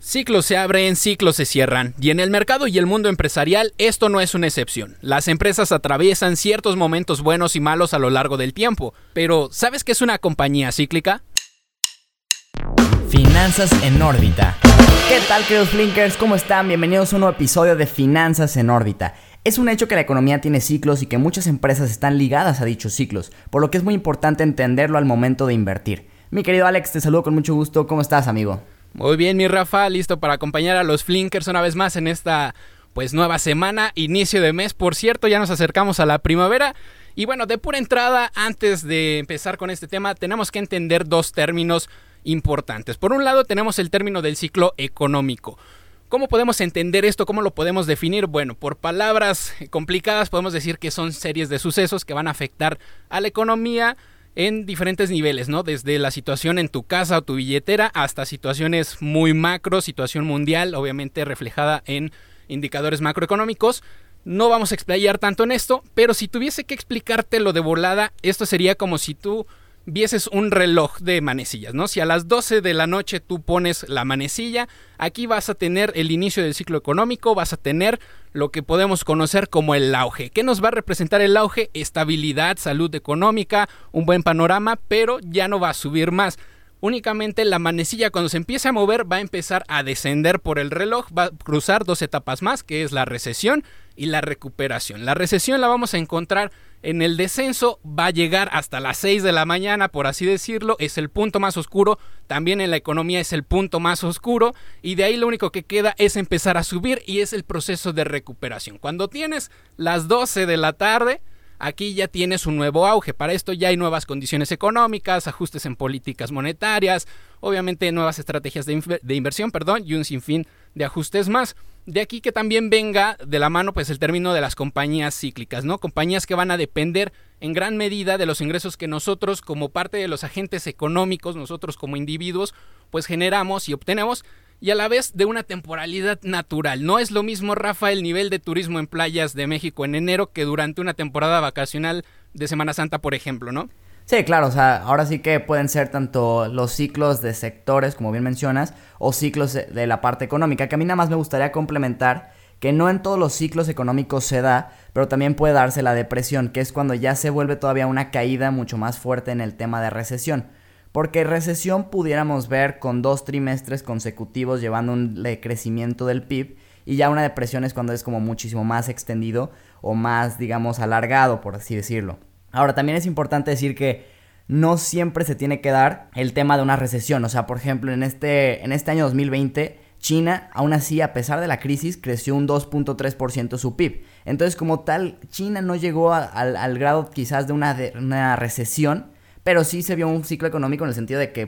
Ciclos se abren, ciclos se cierran, y en el mercado y el mundo empresarial esto no es una excepción. Las empresas atraviesan ciertos momentos buenos y malos a lo largo del tiempo, pero ¿sabes qué es una compañía cíclica? Finanzas en órbita. ¿Qué tal, queridos Flinkers? ¿Cómo están? Bienvenidos a un nuevo episodio de Finanzas en órbita. Es un hecho que la economía tiene ciclos y que muchas empresas están ligadas a dichos ciclos, por lo que es muy importante entenderlo al momento de invertir. Mi querido Alex, te saludo con mucho gusto. ¿Cómo estás, amigo? Muy bien, mi Rafa, listo para acompañar a los Flinkers una vez más en esta nueva semana, inicio de mes. Por cierto, ya nos acercamos a la primavera. Y bueno, de pura entrada, antes de empezar con este tema, tenemos que entender dos términos importantes. Por un lado, tenemos el término del ciclo económico. ¿Cómo podemos entender esto? ¿Cómo lo podemos definir? Bueno, por palabras complicadas podemos decir que son series de sucesos que van a afectar a la economía en diferentes niveles, ¿no? Desde la situación en tu casa o tu billetera hasta situaciones muy macro, situación mundial, obviamente reflejada en indicadores macroeconómicos. No vamos a explayar tanto en esto, pero si tuviese que explicártelo de volada, esto sería como si tú vieses un reloj de manecillas, ¿no? Si a las 12 de la noche tú pones la manecilla, aquí vas a tener el inicio del ciclo económico, vas a tener lo que podemos conocer como el auge. ¿Qué nos va a representar el auge? Estabilidad, salud económica, un buen panorama, pero ya no va a subir más. Únicamente la manecilla, cuando se empiece a mover, va a empezar a descender por el reloj, va a cruzar dos etapas más, que es la recesión y la recuperación. La recesión la vamos a encontrar en el descenso, va a llegar hasta las 6 de la mañana, por así decirlo, es el punto más oscuro, también en la economía es el punto más oscuro, y de ahí lo único que queda es empezar a subir, y es el proceso de recuperación. Cuando tienes las 12 de la tarde, aquí ya tienes un nuevo auge. Para esto ya hay nuevas condiciones económicas, ajustes en políticas monetarias, obviamente nuevas estrategias de inversión, y un sinfín de ajustes más. De aquí que también venga de la mano el término de las compañías cíclicas, ¿no? Compañías que van a depender en gran medida de los ingresos que nosotros, como parte de los agentes económicos, nosotros como individuos, generamos y obtenemos, y a la vez de una temporalidad natural. No es lo mismo, Rafa, el nivel de turismo en playas de México en enero que durante una temporada vacacional de Semana Santa, por ejemplo, ¿no? Sí, claro, o sea, ahora sí que pueden ser tanto los ciclos de sectores, como bien mencionas, o ciclos de la parte económica, que a mí nada más me gustaría complementar que no en todos los ciclos económicos se da, pero también puede darse la depresión, que es cuando ya se vuelve todavía una caída mucho más fuerte en el tema de recesión. Porque recesión pudiéramos ver con 2 trimestres consecutivos llevando un crecimiento del PIB, y ya una depresión es cuando es como muchísimo más extendido o más, digamos, alargado, por así decirlo. Ahora, también es importante decir que no siempre se tiene que dar el tema de una recesión. O sea, por ejemplo, en este año 2020, China, aún así, a pesar de la crisis, creció un 2.3% su PIB. Entonces, como tal, China no llegó al grado quizás de una recesión, pero sí se vio un ciclo económico en el sentido de que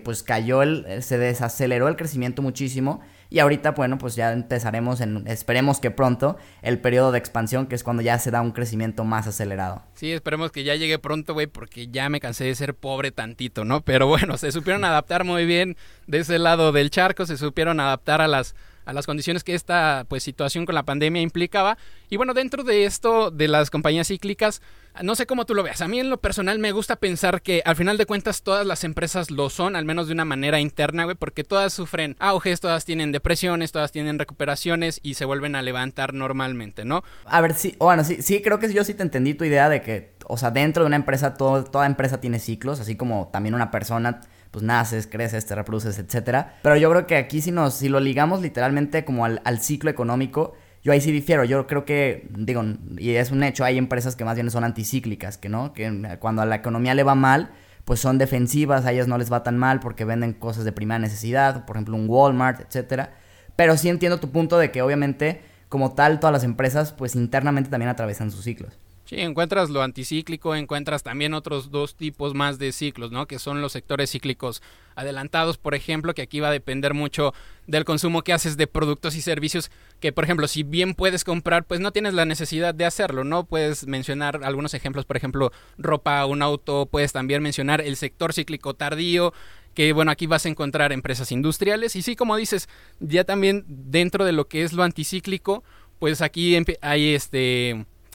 se desaceleró el crecimiento muchísimo, y ahorita, ya empezaremos esperemos que pronto, el periodo de expansión, que es cuando ya se da un crecimiento más acelerado. Sí, esperemos que ya llegue pronto, porque ya me cansé de ser pobre tantito, ¿no? Pero bueno, se supieron adaptar muy bien de ese lado del charco, se supieron adaptar a las condiciones que esta situación con la pandemia implicaba. Y bueno, dentro de esto de las compañías cíclicas, no sé cómo tú lo veas. A mí en lo personal me gusta pensar que al final de cuentas todas las empresas lo son, al menos de una manera interna, porque todas sufren auges, todas tienen depresiones, todas tienen recuperaciones y se vuelven a levantar normalmente, ¿no? A ver, sí, creo que yo sí te entendí tu idea de que, o sea, dentro de una empresa toda empresa tiene ciclos, así como también una persona, naces, creces, te reproduces, etcétera. Pero yo creo que aquí si lo ligamos literalmente como al ciclo económico, yo ahí sí difiero. Yo creo que, y es un hecho, hay empresas que más bien son anticíclicas, que cuando a la economía le va mal, son defensivas, a ellas no les va tan mal porque venden cosas de primera necesidad, por ejemplo un Walmart, etcétera. Pero sí entiendo tu punto de que obviamente, como tal, todas las empresas, internamente también atraviesan sus ciclos. Sí, encuentras lo anticíclico, encuentras también otros dos tipos más de ciclos, ¿no? Que son los sectores cíclicos adelantados, por ejemplo, que aquí va a depender mucho del consumo que haces de productos y servicios que, por ejemplo, si bien puedes comprar, no tienes la necesidad de hacerlo, ¿no? Puedes mencionar algunos ejemplos, por ejemplo, ropa, un auto, puedes también mencionar el sector cíclico tardío, que aquí vas a encontrar empresas industriales, y sí, como dices, ya también dentro de lo que es lo anticíclico, aquí hay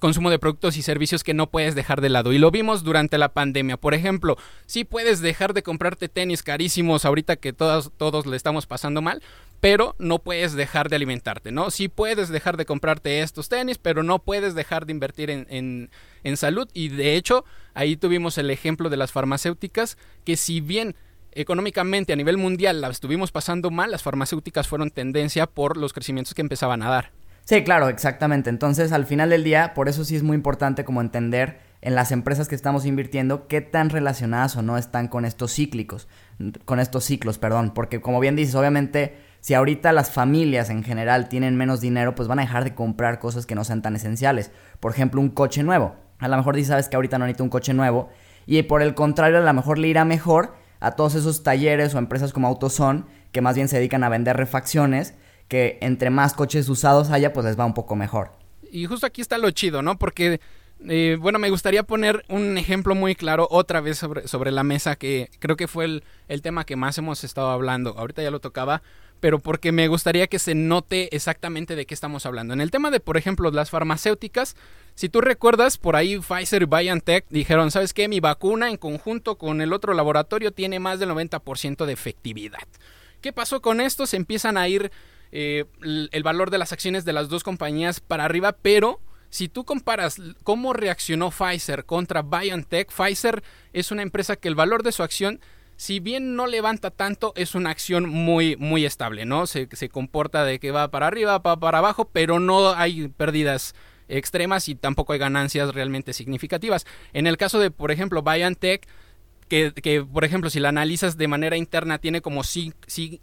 consumo de productos y servicios que no puedes dejar de lado. Y lo vimos durante la pandemia. Por ejemplo, sí puedes dejar de comprarte tenis carísimos ahorita que todos le estamos pasando mal, pero no puedes dejar de alimentarte, ¿no? Sí puedes dejar de comprarte estos tenis, pero no puedes dejar de invertir en salud. Y de hecho, ahí tuvimos el ejemplo de las farmacéuticas, que si bien económicamente a nivel mundial la estuvimos pasando mal, las farmacéuticas fueron tendencia por los crecimientos que empezaban a dar. Sí, claro, exactamente. Entonces, al final del día, por eso sí es muy importante como entender en las empresas que estamos invirtiendo qué tan relacionadas o no están con estos ciclos, porque como bien dices, obviamente, si ahorita las familias en general tienen menos dinero, pues van a dejar de comprar cosas que no sean tan esenciales. Por ejemplo, un coche nuevo. A lo mejor sabes que ahorita no necesito un coche nuevo y por el contrario, a lo mejor le irá mejor a todos esos talleres o empresas como AutoZone que más bien se dedican a vender refacciones, que entre más coches usados haya, pues les va un poco mejor. Y justo aquí está lo chido, ¿no? Porque, me gustaría poner un ejemplo muy claro otra vez sobre la mesa, que creo que fue el tema que más hemos estado hablando. Ahorita ya lo tocaba, pero porque me gustaría que se note exactamente de qué estamos hablando. En el tema de, por ejemplo, las farmacéuticas, si tú recuerdas, por ahí Pfizer y BioNTech dijeron, ¿sabes qué? Mi vacuna en conjunto con el otro laboratorio tiene más del 90% de efectividad. ¿Qué pasó con esto? Se empiezan a ir el valor de las acciones de las dos compañías para arriba, pero si tú comparas cómo reaccionó Pfizer contra BioNTech, Pfizer es una empresa que el valor de su acción, si bien no levanta tanto, es una acción muy, muy estable, ¿no? Se comporta de que va para arriba, va para abajo, pero no hay pérdidas extremas y tampoco hay ganancias realmente significativas. En el caso de, por ejemplo, BioNTech, que por ejemplo, si la analizas de manera interna, tiene como 5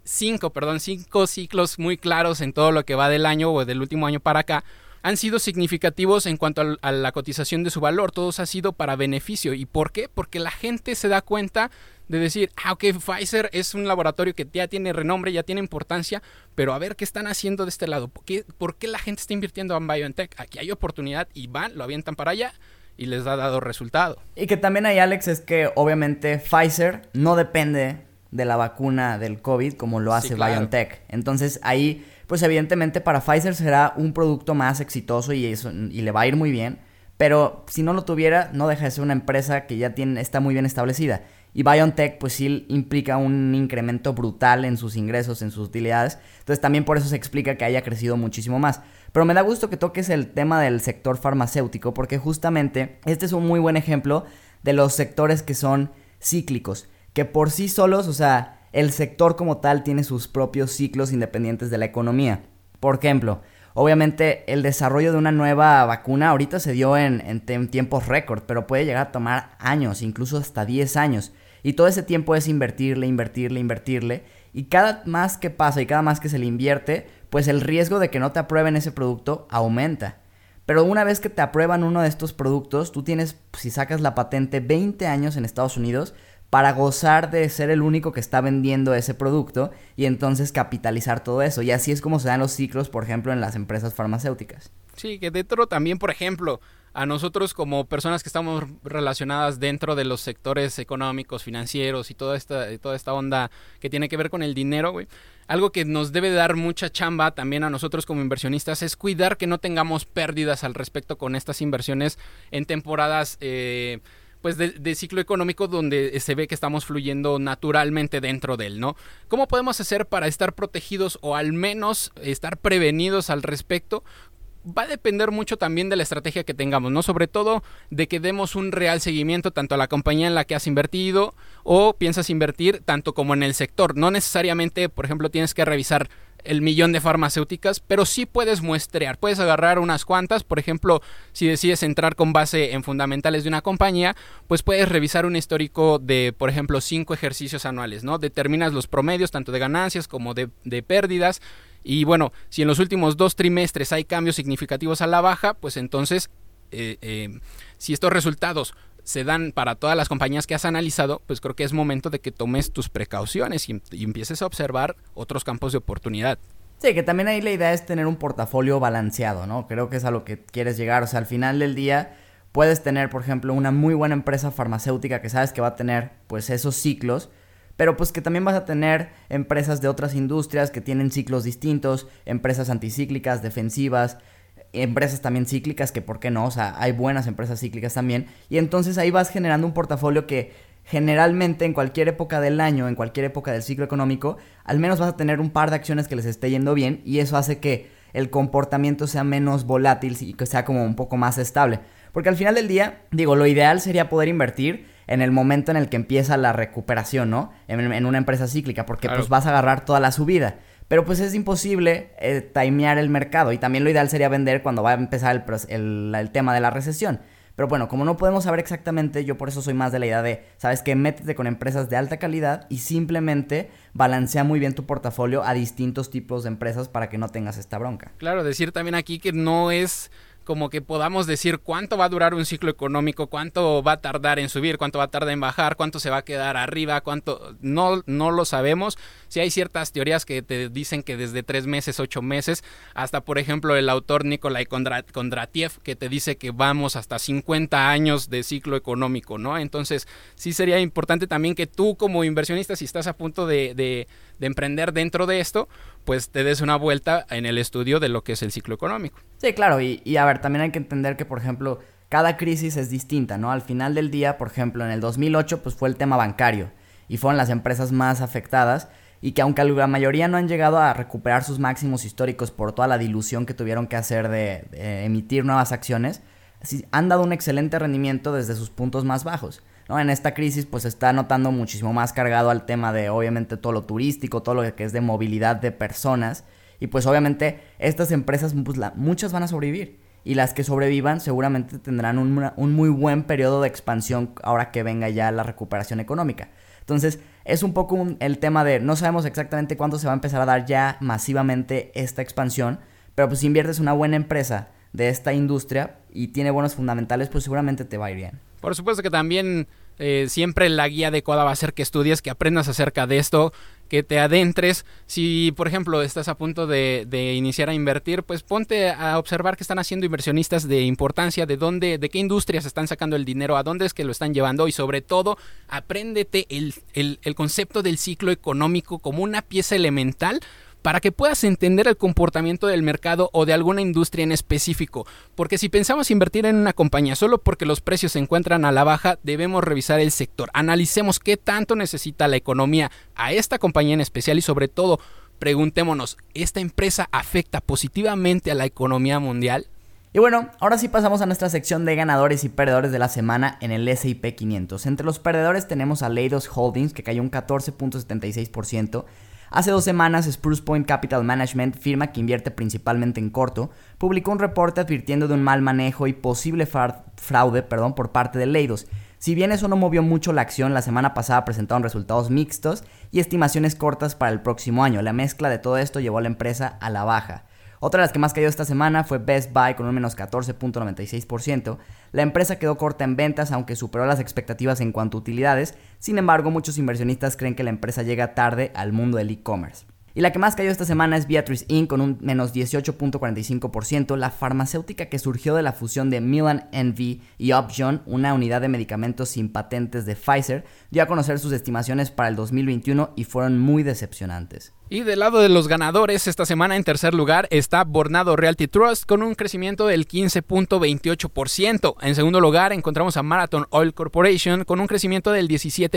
ciclos muy claros en todo lo que va del año o del último año para acá, han sido significativos en cuanto a la cotización de su valor. Todos ha sido para beneficio. ¿Y por qué? Porque la gente se da cuenta de decir, ok, Pfizer es un laboratorio que ya tiene renombre, ya tiene importancia, pero a ver qué están haciendo de este lado. ¿Por qué la gente está invirtiendo en BioNTech? Aquí hay oportunidad y lo avientan para allá. Y les ha dado resultado. Y que también hay, Alex, es que obviamente Pfizer no depende de la vacuna del COVID como lo hace BioNTech. Entonces ahí, pues evidentemente para Pfizer será un producto más exitoso y le va a ir muy bien. Pero si no lo tuviera, no deja de ser una empresa que ya está muy bien establecida. Y BioNTech pues sí implica un incremento brutal en sus ingresos, en sus utilidades. Entonces también por eso se explica que haya crecido muchísimo más. Pero me da gusto que toques el tema del sector farmacéutico, porque justamente este es un muy buen ejemplo de los sectores que son cíclicos, que por sí solos, o sea, el sector como tal tiene sus propios ciclos independientes de la economía. Por ejemplo, obviamente el desarrollo de una nueva vacuna ahorita se dio en tiempos récord, pero puede llegar a tomar años, incluso hasta 10 años. Y todo ese tiempo es invertirle. Y cada más que pasa y cada más que se le invierte, pues el riesgo de que no te aprueben ese producto aumenta. Pero una vez que te aprueban uno de estos productos, tú tienes, si sacas la patente, 20 años en Estados Unidos para gozar de ser el único que está vendiendo ese producto y entonces capitalizar todo eso. Y así es como se dan los ciclos, por ejemplo, en las empresas farmacéuticas. Sí, que dentro también, por ejemplo, a nosotros como personas que estamos relacionadas dentro de los sectores económicos, financieros y toda esta onda que tiene que ver con el dinero, güey. Algo que nos debe dar mucha chamba también a nosotros como inversionistas es cuidar que no tengamos pérdidas al respecto con estas inversiones en temporadas pues de ciclo económico donde se ve que estamos fluyendo naturalmente dentro de él, ¿no? ¿Cómo podemos hacer para estar protegidos o al menos estar prevenidos al respecto? Va a depender mucho también de la estrategia que tengamos, ¿no? Sobre todo de que demos un real seguimiento tanto a la compañía en la que has invertido o piensas invertir, tanto como en el sector. No necesariamente, por ejemplo, tienes que revisar el millón de farmacéuticas, pero sí puedes muestrear, puedes agarrar unas cuantas. Por ejemplo, si decides entrar con base en fundamentales de una compañía, pues puedes revisar un histórico de, por ejemplo, 5 ejercicios anuales, ¿no? Determinas los promedios tanto de ganancias como de pérdidas. Y bueno, si en los últimos 2 trimestres hay cambios significativos a la baja, pues entonces, si estos resultados se dan para todas las compañías que has analizado, pues creo que es momento de que tomes tus precauciones y empieces a observar otros campos de oportunidad. Sí, que también ahí la idea es tener un portafolio balanceado, ¿no? Creo que es a lo que quieres llegar. O sea, al final del día puedes tener, por ejemplo, una muy buena empresa farmacéutica que sabes que va a tener, pues, esos ciclos, pero pues que también vas a tener empresas de otras industrias que tienen ciclos distintos, empresas anticíclicas, defensivas. empresas también cíclicas, que por qué no, o sea, hay buenas empresas cíclicas también, y entonces ahí vas generando un portafolio que generalmente en cualquier época del año, en cualquier época del ciclo económico, al menos vas a tener un par de acciones que les esté yendo bien, y eso hace que el comportamiento sea menos volátil y que sea como un poco más estable. Porque al final del día, digo, lo ideal sería poder invertir en el momento en el que empieza la recuperación, ¿no? En una empresa cíclica, porque Claro. pues vas a agarrar toda la subida. Pero pues es imposible timear el mercado, y también lo ideal sería vender cuando va a empezar el tema de la recesión. Pero bueno, como no podemos saber exactamente, yo por eso soy más de la idea de, ¿sabes qué? Métete con empresas de alta calidad y simplemente balancea muy bien tu portafolio a distintos tipos de empresas para que no tengas esta bronca. Claro, decir también aquí que no es como que podamos decir cuánto va a durar un ciclo económico, cuánto va a tardar en subir, cuánto va a tardar en bajar, cuánto se va a quedar arriba, cuánto no lo sabemos. Sí hay ciertas teorías que te dicen que desde 3 meses, 8 meses, hasta por ejemplo el autor Nikolai Kondratiev, que te dice que vamos hasta 50 años de ciclo económico, ¿no? Entonces sí sería importante también que tú como inversionista, si estás a punto de emprender dentro de esto, pues te des una vuelta en el estudio de lo que es el ciclo económico. Sí, claro, y a ver, también hay que entender que, por ejemplo, cada crisis es distinta, ¿no? Al final del día, por ejemplo, en el 2008, pues fue el tema bancario, y fueron las empresas más afectadas, y que aunque la mayoría no han llegado a recuperar sus máximos históricos por toda la dilución que tuvieron que hacer de emitir nuevas acciones, sí, han dado un excelente rendimiento desde sus puntos más bajos, ¿no? En esta crisis pues se está notando muchísimo más cargado al tema de obviamente todo lo turístico, todo lo que es de movilidad de personas, y pues obviamente estas empresas pues muchas van a sobrevivir, y las que sobrevivan seguramente tendrán un muy buen periodo de expansión ahora que venga ya la recuperación económica. Entonces es un poco el tema de no sabemos exactamente cuándo se va a empezar a dar ya masivamente esta expansión, pero pues si inviertes en una buena empresa de esta industria y tiene buenos fundamentales, pues seguramente te va a ir bien. Por supuesto que también siempre la guía adecuada va a ser que estudies, que aprendas acerca de esto, que te adentres. Si, por ejemplo, estás a punto de iniciar a invertir, pues ponte a observar qué están haciendo inversionistas de importancia, de qué industrias están sacando el dinero, a dónde es que lo están llevando, y sobre todo, apréndete el concepto del ciclo económico como una pieza elemental para que puedas entender el comportamiento del mercado o de alguna industria en específico. Porque si pensamos invertir en una compañía solo porque los precios se encuentran a la baja, debemos revisar el sector. Analicemos qué tanto necesita la economía a esta compañía en especial, y sobre todo, preguntémonos, ¿esta empresa afecta positivamente a la economía mundial? Y bueno, ahora sí pasamos a nuestra sección de ganadores y perdedores de la semana en el S&P 500. Entre los perdedores tenemos a Leidos Holdings, que cayó un 14.76%. Hace 2 semanas, Spruce Point Capital Management, firma que invierte principalmente en corto, publicó un reporte advirtiendo de un mal manejo y posible fraude por parte de Leidos. Si bien eso no movió mucho la acción, la semana pasada presentaron resultados mixtos y estimaciones cortas para el próximo año. La mezcla de todo esto llevó a la empresa a la baja. Otra de las que más cayó esta semana fue Best Buy con un menos 14.96%. La empresa quedó corta en ventas, aunque superó las expectativas en cuanto a utilidades. Sin embargo, muchos inversionistas creen que la empresa llega tarde al mundo del e-commerce. Y la que más cayó esta semana es Viatris Inc. con un menos 18.45%, la farmacéutica que surgió de la fusión de Mylan NV y Upjohn, una unidad de medicamentos sin patentes de Pfizer, dio a conocer sus estimaciones para el 2021 y fueron muy decepcionantes. Y del lado de los ganadores, esta semana en tercer lugar está Vornado Realty Trust con un crecimiento del 15.28%. En segundo lugar encontramos a Marathon Oil Corporation con un crecimiento del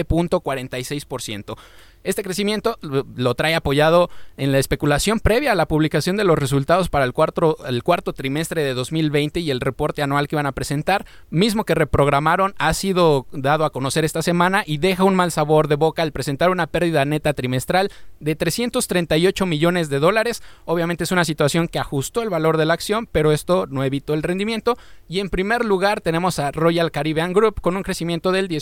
17.46%. Este crecimiento lo trae apoyado en la especulación previa a la publicación de los resultados para el cuarto trimestre de 2020 y el reporte anual que iban a presentar, mismo que reprogramaron, ha sido dado a conocer esta semana y deja un mal sabor de boca al presentar una pérdida neta trimestral de $338 millones. Obviamente es una situación que ajustó el valor de la acción, pero esto no evitó el rendimiento. Y en primer lugar tenemos a Royal Caribbean Group con un crecimiento del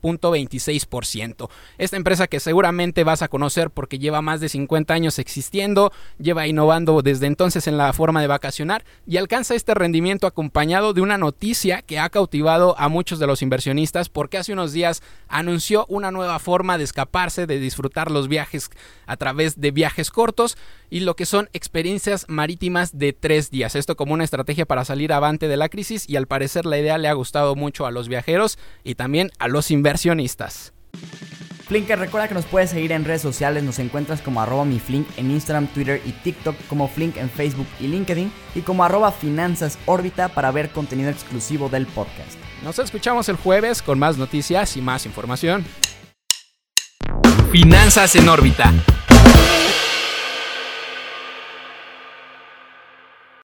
18.26%. Esta empresa que seguramente vas a conocer porque lleva más de 50 años existiendo, lleva innovando desde entonces en la forma de vacacionar y alcanza este rendimiento acompañado de una noticia que ha cautivado a muchos de los inversionistas, porque hace unos días anunció una nueva forma de escaparse, de disfrutar los viajes a través de viajes cortos y lo que son experiencias marítimas de 3 días. Esto como una estrategia para salir avante de la crisis, y al parecer la idea le ha gustado mucho a los viajeros y también a los inversionistas. Flinker, recuerda que nos puedes seguir en redes sociales, nos encuentras como @miflink en Instagram, Twitter y TikTok, como Flink en Facebook y LinkedIn y como @finanzasorbita para ver contenido exclusivo del podcast. Nos escuchamos el jueves con más noticias y más información. Finanzas en órbita.